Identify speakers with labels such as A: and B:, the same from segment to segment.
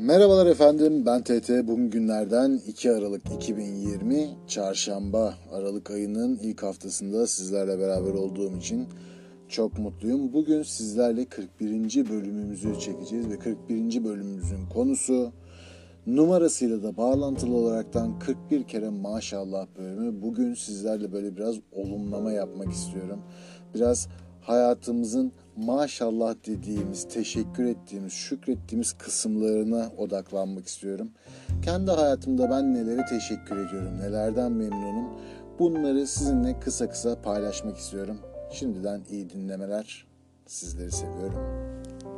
A: Merhabalar efendim, ben TT. Bugün günlerden 2 Aralık 2020 Çarşamba. Aralık ayının ilk haftasında sizlerle beraber olduğum için çok mutluyum. Bugün sizlerle 41. bölümümüzü çekeceğiz ve 41. bölümümüzün konusu numarasıyla da bağlantılı olaraktan 41 kere maşallah bölümü. Bugün sizlerle böyle biraz olumlama yapmak istiyorum. Biraz hayatımızın maşallah dediğimiz, teşekkür ettiğimiz, şükrettiğimiz kısımlarına odaklanmak istiyorum. Kendi hayatımda ben nelere teşekkür ediyorum, nelerden memnunum, bunları sizinle kısa kısa paylaşmak istiyorum. Şimdiden iyi dinlemeler, sizleri seviyorum.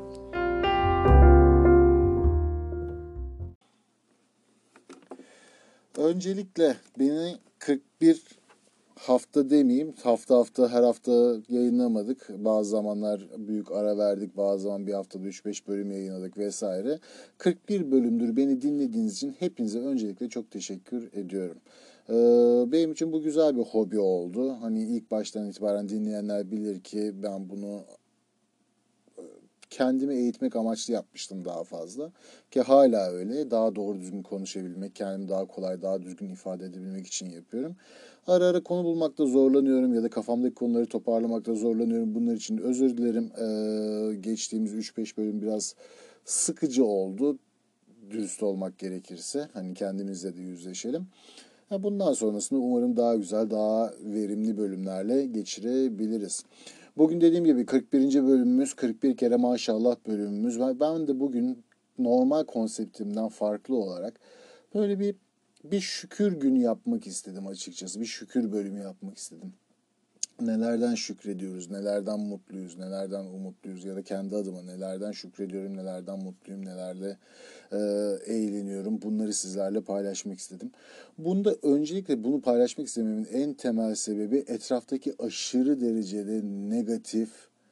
A: Öncelikle beni 41 hafta demeyeyim, hafta her hafta yayınlamadık. Bazı zamanlar büyük ara verdik, bazı zaman bir haftada 3-5 bölüm yayınladık vesaire. 41 bölümdür beni dinlediğiniz için hepinize öncelikle çok teşekkür ediyorum. Benim için bu güzel bir hobi oldu. Hani ilk baştan itibaren dinleyenler bilir ki ben bunu kendimi eğitmek amaçlı yapmıştım daha fazla. Ki hala öyle. Daha doğru düzgün konuşabilmek, kendimi daha kolay, daha düzgün ifade edebilmek için yapıyorum. Ara ara konu bulmakta zorlanıyorum ya da kafamdaki konuları toparlamakta zorlanıyorum. Bunlar için özür dilerim. Geçtiğimiz 3-5 bölüm biraz sıkıcı oldu. Dürüst olmak gerekirse. Hani kendimizle de yüzleşelim. Bundan sonrasında umarım daha güzel, daha verimli bölümlerle geçirebiliriz. Bugün dediğim gibi 41. bölümümüz, 41 kere maşallah bölümümüz var. Ben de bugün normal konseptimden farklı olarak böyle bir şükür günü yapmak istedim açıkçası. Bir şükür bölümü yapmak istedim. Nelerden şükrediyoruz, nelerden mutluyuz, nelerden umutluyuz ya da kendi adıma nelerden şükrediyorum, nelerden mutluyum, nelerle eğleniyorum. Bunları sizlerle paylaşmak istedim. Bunda öncelikle bunu paylaşmak istememin en temel sebebi etraftaki aşırı derecede negatif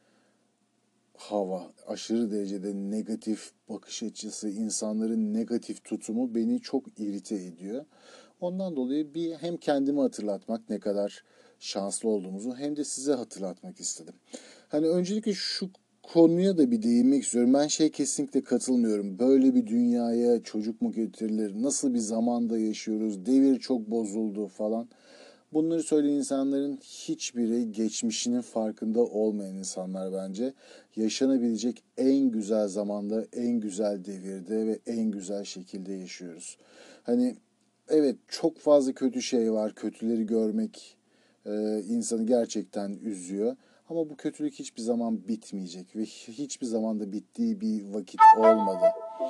A: hava, aşırı derecede negatif bakış açısı, insanların negatif tutumu beni çok irite ediyor. Ondan dolayı hem kendimi hatırlatmak ne kadar şanslı olduğumuzu hem de size hatırlatmak istedim. Hani öncelikle şu konuya da bir değinmek istiyorum. Ben kesinlikle katılmıyorum. Böyle bir dünyaya çocuk mu getirilir? Nasıl bir zamanda yaşıyoruz? Devir çok bozuldu falan. Bunları söyleyen insanların hiçbiri geçmişinin farkında olmayan insanlar bence. Yaşanabilecek en güzel zamanda, en güzel devirde ve en güzel şekilde yaşıyoruz. Hani evet, çok fazla kötü şey var. Kötüleri görmek insanı gerçekten üzüyor. Ama bu kötülük hiçbir zaman bitmeyecek ve hiçbir zaman da bittiği bir vakit olmadı.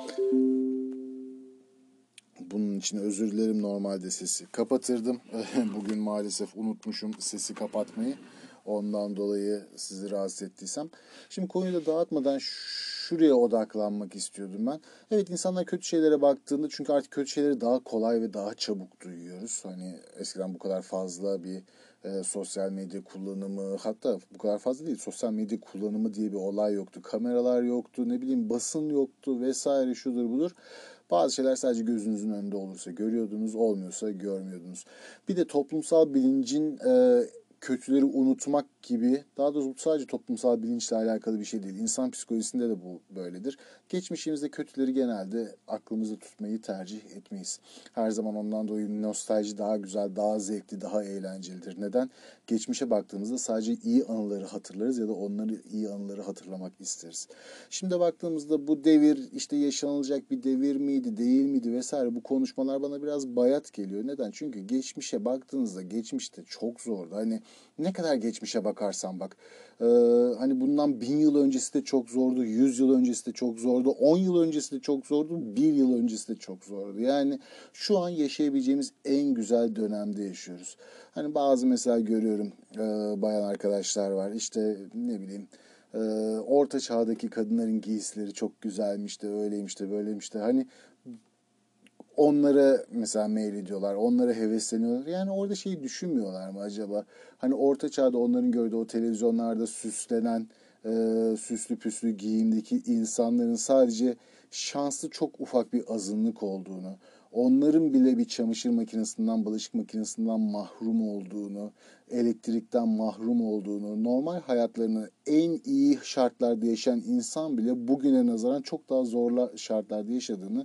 A: Bunun için özür dilerim, normalde sesi kapatırdım. Bugün maalesef unutmuşum sesi kapatmayı. Ondan dolayı sizi rahatsız ettiysem. Şimdi konuyu da dağıtmadan şuraya odaklanmak istiyordum ben. Evet, insanlar kötü şeylere baktığında, çünkü artık kötü şeyleri daha kolay ve daha çabuk duyuyoruz. Hani eskiden bu kadar fazla bir sosyal medya kullanımı, hatta bu kadar fazla değil, sosyal medya kullanımı diye bir olay yoktu. Kameralar yoktu, ne bileyim basın yoktu vesaire, şudur budur. Bazı şeyler sadece gözünüzün önünde olursa görüyordunuz, olmuyorsa görmüyordunuz. Bir de toplumsal bilincin kötüleri unutmak gibi, daha doğrusu sadece toplumsal bilinçle alakalı bir şey değil. İnsan psikolojisinde de bu böyledir. Geçmişimizde kötüleri genelde aklımızda tutmayı tercih etmeyiz. Her zaman ondan dolayı nostalji daha güzel, daha zevkli, daha eğlencelidir. Neden? Geçmişe baktığımızda sadece iyi anıları hatırlarız ya da onları, iyi anıları hatırlamak isteriz. Şimdi baktığımızda bu devir işte yaşanılacak bir devir miydi, değil miydi vesaire, bu konuşmalar bana biraz bayat geliyor. Neden? Çünkü geçmişe baktığınızda geçmişte çok zordu. Hani ne kadar geçmişe bakarsan bak. Hani bundan 1000 yıl öncesi de çok zordu, 100 yıl öncesi de çok zordu, 10 yıl öncesi de çok zordu, 1 yıl öncesi de çok zordu. Yani şu an yaşayabileceğimiz en güzel dönemde yaşıyoruz. Hani bazı mesela görüyorum, bayan arkadaşlar var, işte ne bileyim, orta çağdaki kadınların giysileri çok güzelmiş de, öyleymiş de, böyleymiş de. Hani onlara mesela meylediyorlar, onlara hevesleniyorlar. Yani orada düşünmüyorlar mı acaba? Hani orta çağda onların gördüğü o televizyonlarda süslenen, süslü püslü giyimdeki insanların sadece şanslı çok ufak bir azınlık olduğunu, onların bile bir çamaşır makinesinden, bulaşık makinesinden mahrum olduğunu, elektrikten mahrum olduğunu, normal hayatlarını en iyi şartlarda yaşayan insan bile bugüne nazaran çok daha zorlu şartlarda yaşadığını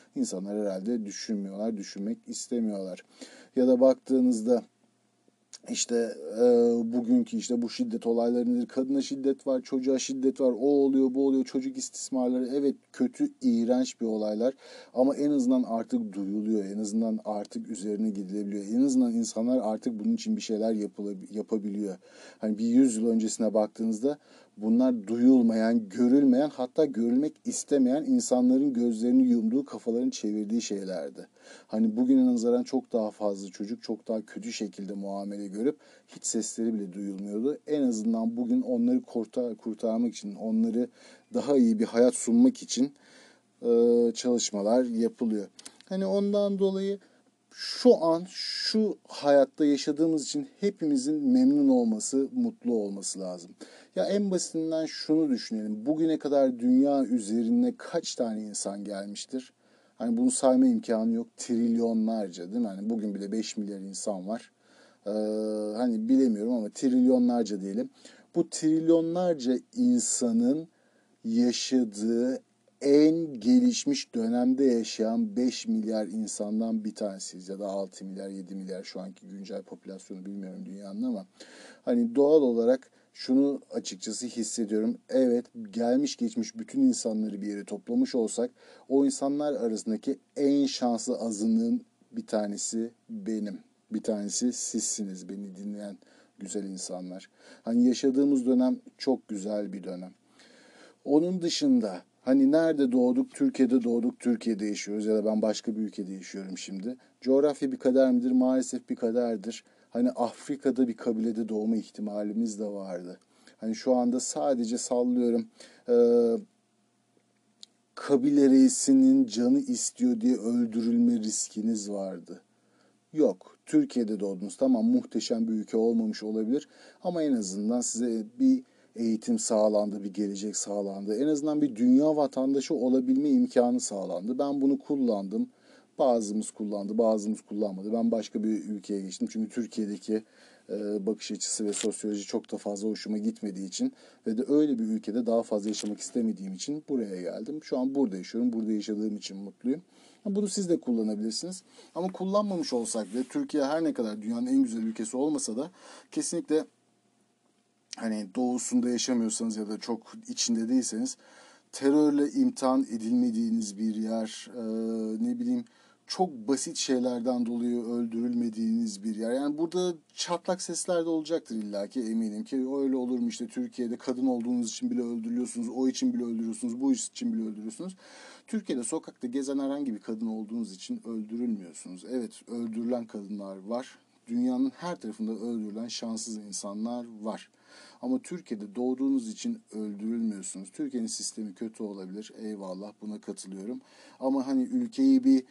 A: İnsanlar herhalde düşünmüyorlar, düşünmek istemiyorlar. Ya da baktığınızda İşte bugünkü işte bu şiddet olayları nedir? Kadına şiddet var, çocuğa şiddet var, o oluyor, bu oluyor, çocuk istismarları. Evet, kötü, iğrenç bir olaylar ama en azından artık duyuluyor, en azından artık üzerine gidilebiliyor. En azından insanlar artık bunun için bir şeyler yapabiliyor. Hani bir 100 yıl öncesine baktığınızda bunlar duyulmayan, görülmeyen, hatta görülmek istemeyen insanların gözlerini yumduğu, kafalarını çevirdiği şeylerdi. Hani bugüne nazaran çok daha fazla çocuk çok daha kötü şekilde muamele görüp hiç sesleri bile duyulmuyordu. En azından bugün onları kurtarmak için, onları daha iyi bir hayat sunmak için çalışmalar yapılıyor. Hani ondan dolayı şu an şu hayatta yaşadığımız için hepimizin memnun olması, mutlu olması lazım. Ya en basitinden şunu düşünelim. Bugüne kadar dünya üzerine kaç tane insan gelmiştir? Hani bunu sayma imkanı yok. Trilyonlarca değil mi? Hani bugün bile 5 milyar insan var. Ee, Hani bilemiyorum ama trilyonlarca diyelim. Bu trilyonlarca insanın yaşadığı en gelişmiş dönemde yaşayan 5 milyar insandan bir tanesiyiz. Ya da 6 milyar, 7 milyar şu anki güncel popülasyonu bilmiyorum dünyanın ama hani doğal olarak şunu açıkçası hissediyorum. Evet, gelmiş geçmiş bütün insanları bir yere toplamış olsak o insanlar arasındaki en şanslı azınlığın bir tanesi benim. Bir tanesi sizsiniz, beni dinleyen güzel insanlar. Hani yaşadığımız dönem çok güzel bir dönem. Onun dışında hani nerede doğduk? Türkiye'de doğduk, Türkiye'de yaşıyoruz ya da ben başka bir ülkede yaşıyorum şimdi. Coğrafya bir kader midir? Maalesef bir kaderdir. Hani Afrika'da bir kabilede doğma ihtimalimiz de vardı. Hani şu anda sadece sallıyorum kabile reisinin canı istiyor diye öldürülme riskiniz vardı. Yok. Türkiye'de doğdunuz. Tamam, muhteşem bir ülke olmamış olabilir. Ama en azından size bir eğitim sağlandı, bir gelecek sağlandı. En azından bir dünya vatandaşı olabilme imkanı sağlandı. Ben bunu kullandım. Bazımız kullandı, bazımız kullanmadı. Ben başka bir ülkeye geçtim. Çünkü Türkiye'deki bakış açısı ve sosyoloji çok da fazla hoşuma gitmediği için ve de öyle bir ülkede daha fazla yaşamak istemediğim için buraya geldim. Şu an burada yaşıyorum. Burada yaşadığım için mutluyum. Bunu siz de kullanabilirsiniz. Ama kullanmamış olsak da Türkiye her ne kadar dünyanın en güzel ülkesi olmasa da kesinlikle hani doğusunda yaşamıyorsanız ya da çok içinde değilseniz terörle imtihan edilmediğiniz bir yer, ne bileyim çok basit şeylerden dolayı öldürülmediğiniz bir yer. Yani burada çatlak sesler de olacaktır illaki, eminim ki öyle olur mu işte Türkiye'de kadın olduğunuz için bile öldürülüyorsunuz, o için bile öldürüyorsunuz, bu için bile öldürüyorsunuz. Türkiye'de sokakta gezen herhangi bir kadın olduğunuz için öldürülmüyorsunuz. Evet, öldürülen kadınlar var. Dünyanın her tarafında öldürülen şanssız insanlar var. Ama Türkiye'de doğduğunuz için öldürülmüyorsunuz. Türkiye'nin sistemi kötü olabilir. Eyvallah, buna katılıyorum. Ama hani ülkeyi bir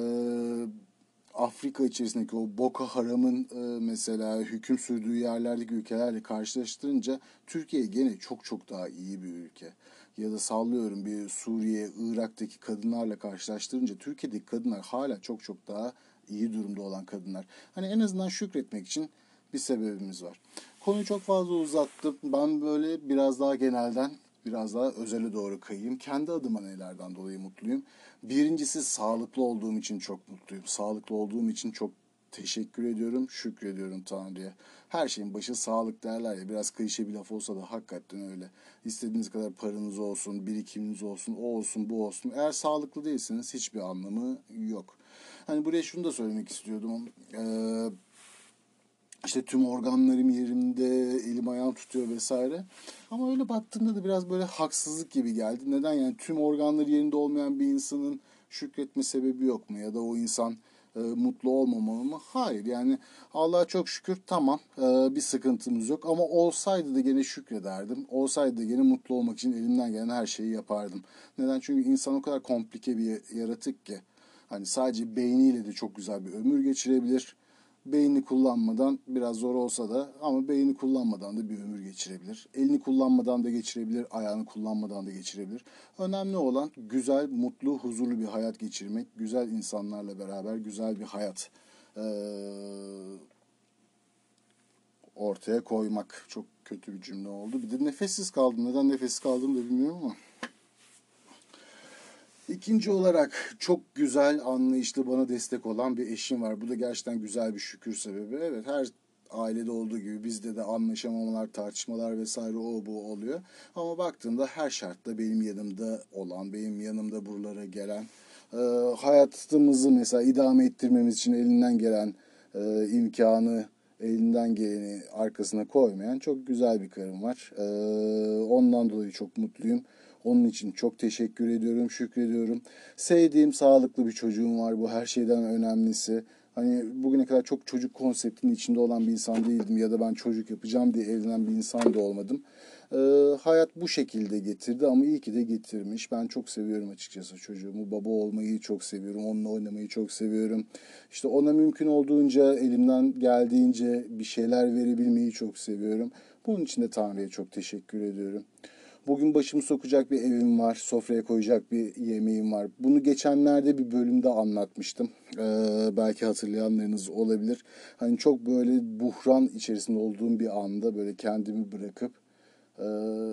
A: Afrika içerisindeki o Boko Haram'ın mesela hüküm sürdüğü yerlerdeki ülkelerle karşılaştırınca Türkiye gene çok çok daha iyi bir ülke. Ya da sallıyorum bir Suriye, Irak'taki kadınlarla karşılaştırınca Türkiye'deki kadınlar hala çok çok daha iyi durumda olan kadınlar. Hani en azından şükretmek için bir sebebimiz var. Konuyu çok fazla uzattım. Ben böyle biraz daha genelden, biraz daha özele doğru kayayım. Kendi adıma nelerden dolayı mutluyum? Birincisi sağlıklı olduğum için çok mutluyum. Sağlıklı olduğum için çok teşekkür ediyorum, şükrediyorum Tanrı'ya. Her şeyin başı sağlık derler ya. Biraz klişe bir laf olsa da hakikaten öyle. İstediğiniz kadar paranız olsun, birikiminiz olsun, o olsun, bu olsun. Eğer sağlıklı değilseniz hiçbir anlamı yok. Hani buraya şunu da söylemek istiyordum. İşte tüm organlarım yerinde, elim ayağım tutuyor vesaire. Ama öyle baktığımda da biraz böyle haksızlık gibi geldi. Neden yani tüm organları yerinde olmayan bir insanın şükretme sebebi yok mu? Ya da o insan mutlu olmamalı mı? Hayır, yani Allah'a çok şükür, tamam, bir sıkıntımız yok. Ama olsaydı da gene şükrederdim. Olsaydı da gene mutlu olmak için elimden gelen her şeyi yapardım. Neden? Çünkü insan o kadar komplike bir yaratık ki. Hani sadece beyniyle de çok güzel bir ömür geçirebilir. Beyni kullanmadan biraz zor olsa da ama beyni kullanmadan da bir ömür geçirebilir. Elini kullanmadan da geçirebilir, ayağını kullanmadan da geçirebilir. Önemli olan güzel, mutlu, huzurlu bir hayat geçirmek, güzel insanlarla beraber güzel bir hayat ortaya koymak. Çok kötü bir cümle oldu. Bir de nefessiz kaldım. Neden nefessiz kaldığımı da bilmiyorum ama. İkinci olarak çok güzel, anlayışlı, bana destek olan bir eşim var. Bu da gerçekten güzel bir şükür sebebi. Evet, her ailede olduğu gibi bizde de anlaşamamalar, tartışmalar vesaire o bu oluyor. Ama baktığımda her şartta benim yanımda olan, benim yanımda buralara gelen, e, hayatımızı mesela idame ettirmemiz için elinden gelen imkanı, elinden geleni arkasına koymayan çok güzel bir karım var. Ondan dolayı çok mutluyum. Onun için çok teşekkür ediyorum, şükrediyorum. Sevdiğim, sağlıklı bir çocuğum var. Bu her şeyden önemlisi. Hani bugüne kadar çok çocuk konseptinin içinde olan bir insan değildim ya da ben çocuk yapacağım diye evlenen bir insan da olmadım. Ee, Hayat bu şekilde getirdi ama iyi ki de getirmiş. Ben çok seviyorum açıkçası çocuğumu. Baba olmayı çok seviyorum. Onunla oynamayı çok seviyorum. İşte ona mümkün olduğunca elimden geldiğince bir şeyler verebilmeyi çok seviyorum. Bunun için de Tanrı'ya çok teşekkür ediyorum. Bugün başımı sokacak bir evim var, sofraya koyacak bir yemeğim var. Bunu geçenlerde bir bölümde anlatmıştım. Belki hatırlayanlarınız olabilir. Hani çok böyle buhran içerisinde olduğum bir anda böyle kendimi bırakıp e,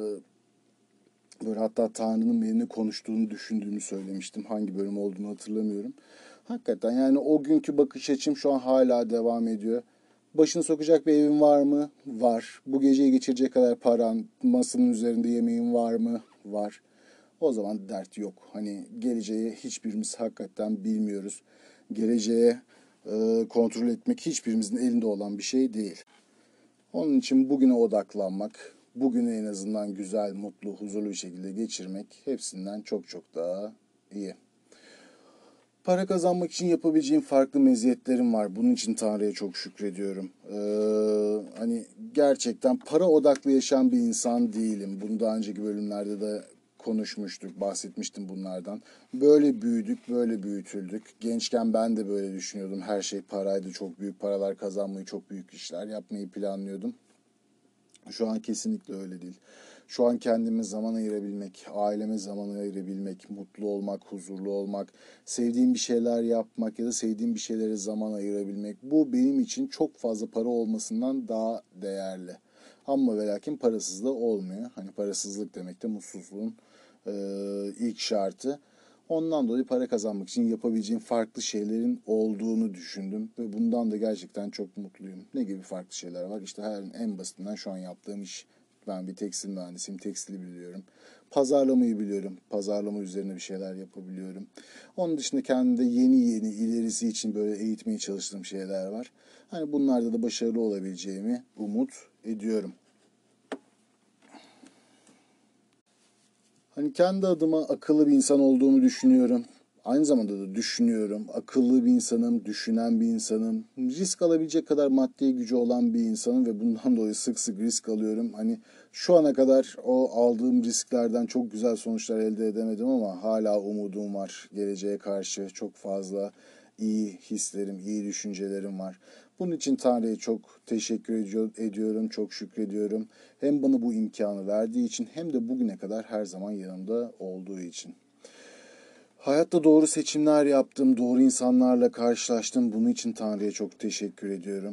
A: böyle hatta Tanrı'nın benimle konuştuğunu düşündüğümü söylemiştim. Hangi bölüm olduğunu hatırlamıyorum. Hakikaten yani o günkü bakış açım şu an hala devam ediyor. Başını sokacak bir evin var mı? Var. Bu geceyi geçirecek kadar paran, masanın üzerinde yemeğin var mı? Var. O zaman dert yok. Hani geleceği hiçbirimiz hakikaten bilmiyoruz. Geleceğe kontrol etmek hiçbirimizin elinde olan bir şey değil. Onun için bugüne odaklanmak, bugünü en azından güzel, mutlu, huzurlu bir şekilde geçirmek hepsinden çok çok daha iyi. Para kazanmak için yapabileceğim farklı meziyetlerim var. Bunun için Tanrı'ya çok şükrediyorum. Hani gerçekten para odaklı yaşayan bir insan değilim. Bunu daha önceki bölümlerde de konuşmuştuk, bahsetmiştim bunlardan. Böyle büyüdük, böyle büyütüldük. Gençken ben de böyle düşünüyordum. Her şey paraydı, çok büyük paralar kazanmayı, çok büyük işler yapmayı planlıyordum. Şu an kesinlikle öyle değil. Şu an kendime zaman ayırabilmek, aileme zaman ayırabilmek, mutlu olmak, huzurlu olmak, sevdiğim bir şeyler yapmak ya da sevdiğim bir şeylere zaman ayırabilmek. Bu benim için çok fazla para olmasından daha değerli. Ama ve lakin parasız da olmuyor. Hani parasızlık demek de mutsuzluğun ilk şartı. Ondan dolayı para kazanmak için yapabileceğim farklı şeylerin olduğunu düşündüm ve bundan da gerçekten çok mutluyum. Ne gibi farklı şeyler var? İşte en basitinden şu an yaptığım iş. Ben bir tekstil mühendisiyim, tekstili biliyorum. Pazarlamayı biliyorum. Pazarlama üzerine bir şeyler yapabiliyorum. Onun dışında kendimde yeni yeni ilerisi için böyle eğitmeye çalıştığım şeyler var. Hani bunlarda da başarılı olabileceğimi umut ediyorum. Hani kendi adıma akıllı bir insan olduğumu düşünüyorum. Aynı zamanda da düşünüyorum. Akıllı bir insanım, düşünen bir insanım. Risk alabilecek kadar maddi gücü olan bir insanım ve bundan dolayı sık sık risk alıyorum. Hani şu ana kadar o aldığım risklerden çok güzel sonuçlar elde edemedim ama hala umudum var. Geleceğe karşı çok fazla iyi hislerim, iyi düşüncelerim var. Bunun için Tanrı'ya çok teşekkür ediyorum, çok şükrediyorum. Hem bana bu imkanı verdiği için hem de bugüne kadar her zaman yanımda olduğu için. Hayatta doğru seçimler yaptım, doğru insanlarla karşılaştım. Bunun için Tanrı'ya çok teşekkür ediyorum.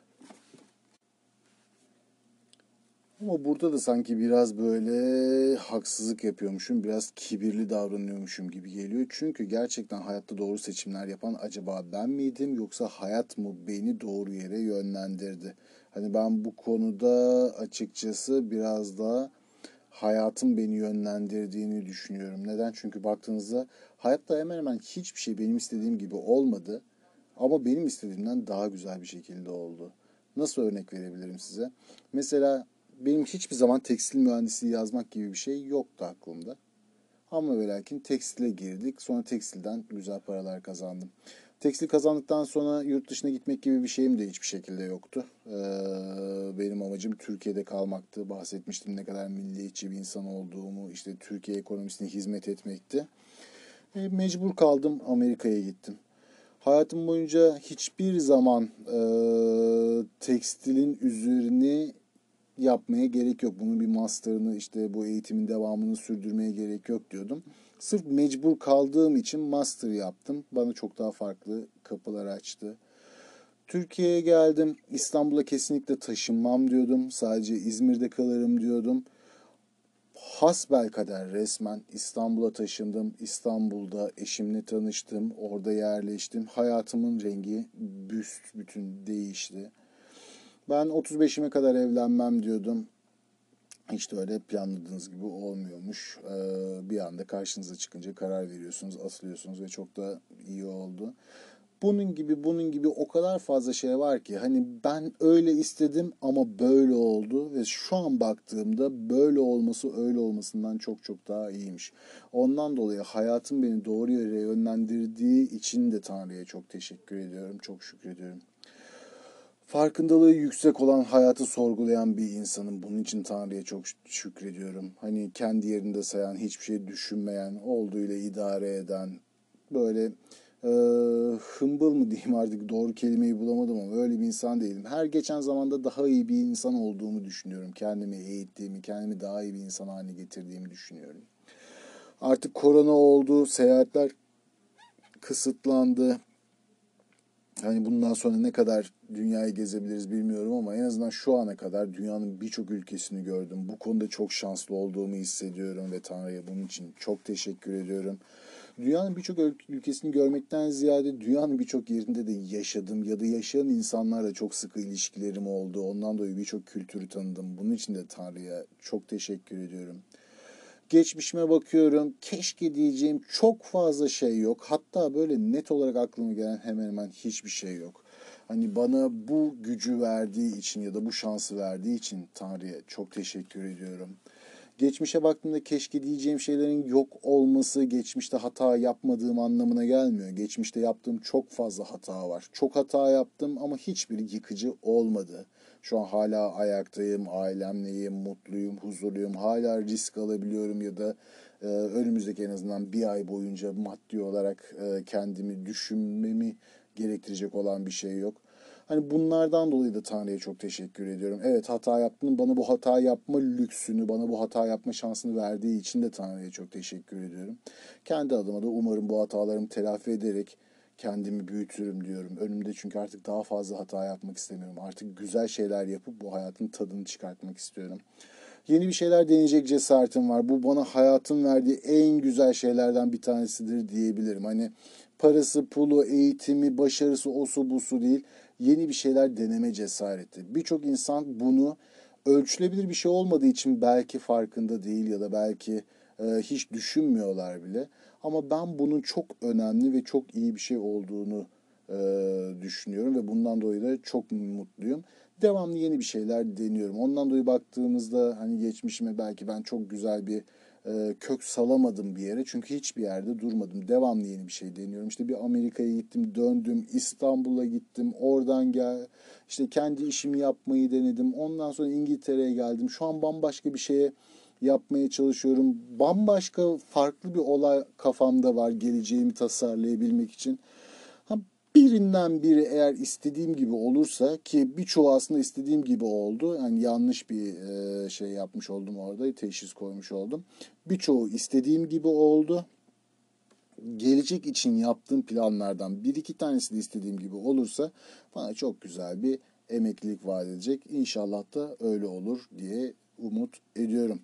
A: Ama burada da sanki biraz böyle haksızlık yapıyormuşum, biraz kibirli davranıyormuşum gibi geliyor. Çünkü gerçekten hayatta doğru seçimler yapan acaba ben miydim yoksa hayat mı beni doğru yere yönlendirdi? Hani ben bu konuda açıkçası biraz daha hayatın beni yönlendirdiğini düşünüyorum. Neden? Çünkü baktığınızda hayatta hemen hemen hiçbir şey benim istediğim gibi olmadı. Ama benim istediğimden daha güzel bir şekilde oldu. Nasıl örnek verebilirim size? Mesela benim hiçbir zaman tekstil mühendisliği yazmak gibi bir şey yoktu aklımda. Ama ve lakin tekstile girdik. Sonra tekstilden güzel paralar kazandım. Tekstil kazandıktan sonra yurt dışına gitmek gibi bir şeyim de hiçbir şekilde yoktu. Benim amacım Türkiye'de kalmaktı. Bahsetmiştim ne kadar milliyetçi bir insan olduğumu, işte Türkiye ekonomisine hizmet etmekti. Mecbur kaldım, Amerika'ya gittim. Hayatım boyunca hiçbir zaman tekstilin üzerine yapmaya gerek yok. Bunun bir master'ını işte bu eğitimin devamını sürdürmeye gerek yok diyordum. Sırf mecbur kaldığım için master yaptım. Bana çok daha farklı kapılar açtı. Türkiye'ye geldim. İstanbul'a kesinlikle taşınmam diyordum. Sadece İzmir'de kalırım diyordum. hasbelkader resmen İstanbul'a taşındım. İstanbul'da eşimle tanıştım. Orada yerleştim. Hayatımın rengi büsbütün değişti. Ben 35'ime kadar evlenmem diyordum. Hiç de öyle planladığınız gibi olmuyormuş. Bir anda karşınıza çıkınca karar veriyorsunuz, asılıyorsunuz ve çok da iyi oldu. Bunun gibi o kadar fazla şey var ki hani ben öyle istedim ama böyle oldu ve şu an baktığımda böyle olması öyle olmasından çok çok daha iyiymiş. Ondan dolayı hayatım beni doğru yere yönlendirdiği için de Tanrı'ya çok teşekkür ediyorum, çok şükrediyorum. Farkındalığı yüksek olan, hayatı sorgulayan bir insanım. Bunun için Tanrı'ya çok şükrediyorum. Hani kendi yerinde sayan, hiçbir şey düşünmeyen, olduğuyla idare eden, böyle e, hımbıl mı diyeyim, artık doğru kelimeyi bulamadım ama öyle bir insan değilim. Her geçen zamanda daha iyi bir insan olduğumu düşünüyorum. Kendimi eğittiğimi, kendimi daha iyi bir insan haline getirdiğimi düşünüyorum. Artık korona oldu, seyahatler kısıtlandı. Hani bundan sonra ne kadar dünyayı gezebiliriz bilmiyorum ama en azından şu ana kadar dünyanın birçok ülkesini gördüm. Bu konuda çok şanslı olduğumu hissediyorum ve Tanrı'ya bunun için çok teşekkür ediyorum. Dünyanın birçok ülkesini görmekten ziyade dünyanın birçok yerinde de yaşadım ya da yaşayan insanlarla çok sıkı ilişkilerim oldu. Ondan dolayı birçok kültürü tanıdım. Bunun için de Tanrı'ya çok teşekkür ediyorum. Geçmişime bakıyorum. Keşke diyeceğim çok fazla şey yok. Hatta böyle net olarak aklıma gelen hemen hemen hiçbir şey yok. Hani bana bu gücü verdiği için ya da bu şansı verdiği için Tanrı'ya çok teşekkür ediyorum. Geçmişe baktığımda keşke diyeceğim şeylerin yok olması geçmişte hata yapmadığım anlamına gelmiyor. Geçmişte yaptığım çok fazla hata var. Çok hata yaptım ama hiçbiri yıkıcı olmadı. Şu an hala ayaktayım, ailemleyim, mutluyum, huzurluyum. Hala risk alabiliyorum ya da önümüzdeki en azından bir ay boyunca maddi olarak kendimi düşünmemi gerektirecek olan bir şey yok. Hani bunlardan dolayı da Tanrı'ya çok teşekkür ediyorum. Evet, hata yaptım. Bana bu hata yapma lüksünü, bana bu hata yapma şansını verdiği için de Tanrı'ya çok teşekkür ediyorum. Kendi adıma da umarım bu hatalarımı telafi ederek kendimi büyütürüm diyorum. Önümde çünkü artık daha fazla hata yapmak istemiyorum. Artık güzel şeyler yapıp bu hayatın tadını çıkartmak istiyorum. Yeni bir şeyler deneyecek cesaretim var. Bu bana hayatın verdiği en güzel şeylerden bir tanesidir diyebilirim. Hani parası, pulu, eğitimi, başarısı, osu busu değil. Yeni bir şeyler deneme cesareti. Birçok insan bunu ölçülebilir bir şey olmadığı için belki farkında değil ya da belki hiç düşünmüyorlar bile. Ama ben bunun çok önemli ve çok iyi bir şey olduğunu düşünüyorum ve bundan dolayı da çok mutluyum. Devamlı yeni bir şeyler deniyorum. Ondan dolayı baktığımızda hani geçmişime belki ben çok güzel bir kök salamadım bir yere. Çünkü hiçbir yerde durmadım. Devamlı yeni bir şey deniyorum. İşte bir Amerika'ya gittim, döndüm, İstanbul'a gittim, oradan işte kendi işimi yapmayı denedim. Ondan sonra İngiltere'ye geldim. Şu an bambaşka bir şeye yapmaya çalışıyorum. Bambaşka farklı bir olay kafamda var geleceğimi tasarlayabilmek için. Ha, birinden biri eğer istediğim gibi olursa ki birçoğu aslında istediğim gibi oldu. Yani yanlış bir şey yapmış oldum orada, teşhis koymuş oldum. Birçoğu istediğim gibi oldu. Gelecek için yaptığım planlardan bir iki tanesi de istediğim gibi olursa bana çok güzel bir emeklilik vaat edecek. İnşallah da öyle olur diye umut ediyorum.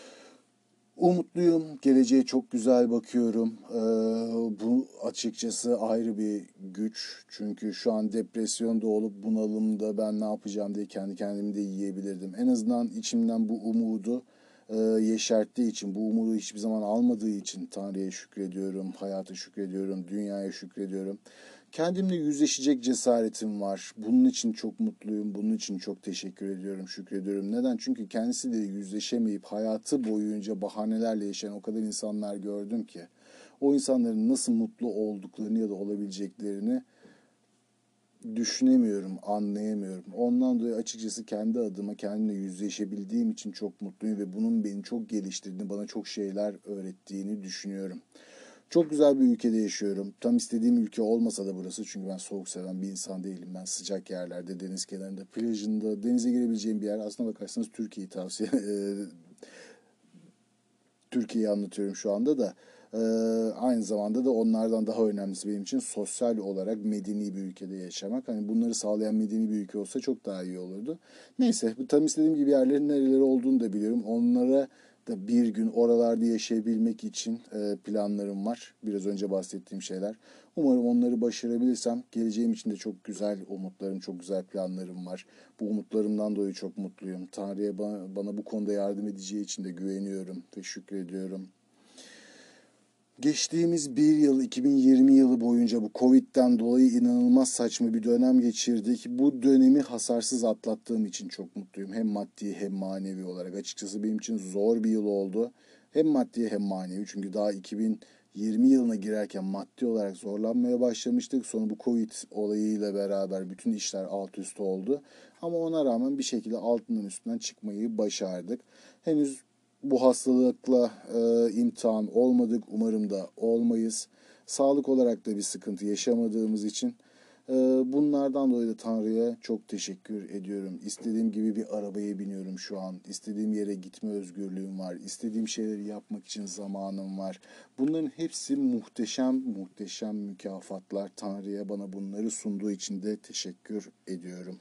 A: Umutluyum. Geleceğe çok güzel bakıyorum. Bu açıkçası ayrı bir güç. Çünkü şu an depresyonda olup bunalımda ben ne yapacağım diye kendi kendimi de yiyebilirdim. En azından içimden bu umudu yeşerttiği için, bu umudu hiçbir zaman almadığı için Tanrı'ya şükrediyorum, hayata şükrediyorum, dünyaya şükrediyorum. Kendimle yüzleşecek cesaretim var. Bunun için çok mutluyum. Bunun için çok teşekkür ediyorum, şükrediyorum. Neden? Çünkü kendisiyle yüzleşemeyip hayatı boyunca bahanelerle yaşayan o kadar insanlar gördüm ki. O insanların nasıl mutlu olduklarını ya da olabileceklerini düşünemiyorum, anlayamıyorum. Ondan dolayı açıkçası kendi adıma kendimle yüzleşebildiğim için çok mutluyum ve bunun beni çok geliştirdiğini, bana çok şeyler öğrettiğini düşünüyorum. Çok güzel bir ülkede yaşıyorum. Tam istediğim ülke olmasa da burası. Çünkü ben soğuk seven bir insan değilim. Ben sıcak yerlerde, deniz kenarında, plajında, denize girebileceğim bir yer. Aslına bakarsanız Türkiye'yi tavsiye Türkiye'yi anlatıyorum şu anda da. Aynı zamanda da onlardan daha önemlisi benim için sosyal olarak medeni bir ülkede yaşamak. Hani bunları sağlayan medeni bir ülke olsa çok daha iyi olurdu. Neyse, tam istediğim gibi yerlerin nereleri olduğunu da biliyorum. Onlara da bir gün oralarda yaşayabilmek için planlarım var. Biraz önce bahsettiğim şeyler. Umarım onları başarabilirsem geleceğim için de çok güzel umutlarım, çok güzel planlarım var. Bu umutlarımdan dolayı çok mutluyum. Tanrı'ya bana bu konuda yardım edeceği için de güveniyorum ve şükrediyorum. Geçtiğimiz bir yıl, 2020 yılı boyunca bu Covid'den dolayı inanılmaz saçma bir dönem geçirdik. Bu dönemi hasarsız atlattığım için çok mutluyum. Hem maddi hem manevi olarak. Açıkçası benim için zor bir yıl oldu. Hem maddi hem manevi. Çünkü daha 2020 yılına girerken maddi olarak zorlanmaya başlamıştık. Sonra bu Covid olayıyla beraber bütün işler alt üst oldu. Ama ona rağmen bir şekilde altından üstünden çıkmayı başardık. Henüz bu hastalıkla imtihan olmadık. Umarım da olmayız. Sağlık olarak da bir sıkıntı yaşamadığımız için bunlardan dolayı da Tanrı'ya çok teşekkür ediyorum. İstediğim gibi bir arabaya biniyorum şu an. İstediğim yere gitme özgürlüğüm var. İstediğim şeyleri yapmak için zamanım var. Bunların hepsi muhteşem muhteşem mükafatlar. Tanrı'ya bana bunları sunduğu için de teşekkür ediyorum.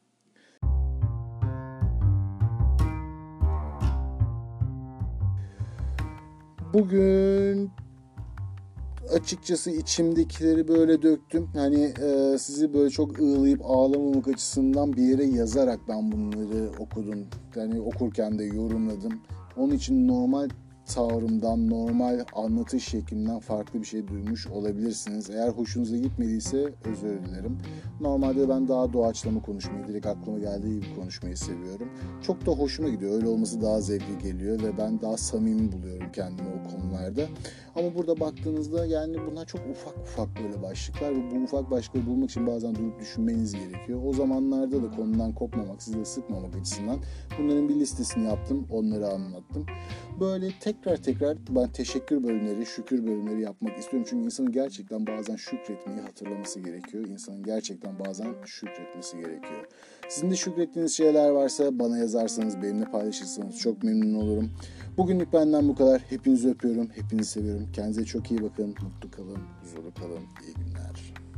A: Bugün açıkçası içimdekileri böyle döktüm. Hani sizi böyle çok ığlayıp ağlamamak açısından bir yere yazarak ben bunları okudum. Yani okurken de yorumladım. Onun için normal tavrımdan, normal anlatış şeklimden farklı bir şey duymuş olabilirsiniz. Eğer hoşunuza gitmediyse özür dilerim. Normalde ben daha doğaçlama konuşmayı, direkt aklıma geldiği gibi konuşmayı seviyorum. Çok da hoşuma gidiyor. Öyle olması daha zevkli geliyor ve ben daha samimi buluyorum kendimi o konularda. Ama burada baktığınızda yani bunlar çok ufak ufak böyle başlıklar ve bu ufak başlıkları bulmak için bazen durup düşünmeniz gerekiyor. O zamanlarda da konudan kopmamak, sizi de sıkmamak açısından bunların bir listesini yaptım, onları anlattım. Böyle tekrar ben teşekkür bölümleri, şükür bölümleri yapmak istiyorum. Çünkü insanın gerçekten bazen şükretmeyi hatırlaması gerekiyor. İnsanın gerçekten bazen şükretmesi gerekiyor. Sizin de şükrettiğiniz şeyler varsa bana yazarsanız, benimle paylaşırsanız çok memnun olurum. Bugünlük benden bu kadar. Hepinizi öpüyorum, hepinizi seviyorum. Kendinize çok iyi bakın, mutlu kalın, huzurlu kalın. İyi günler.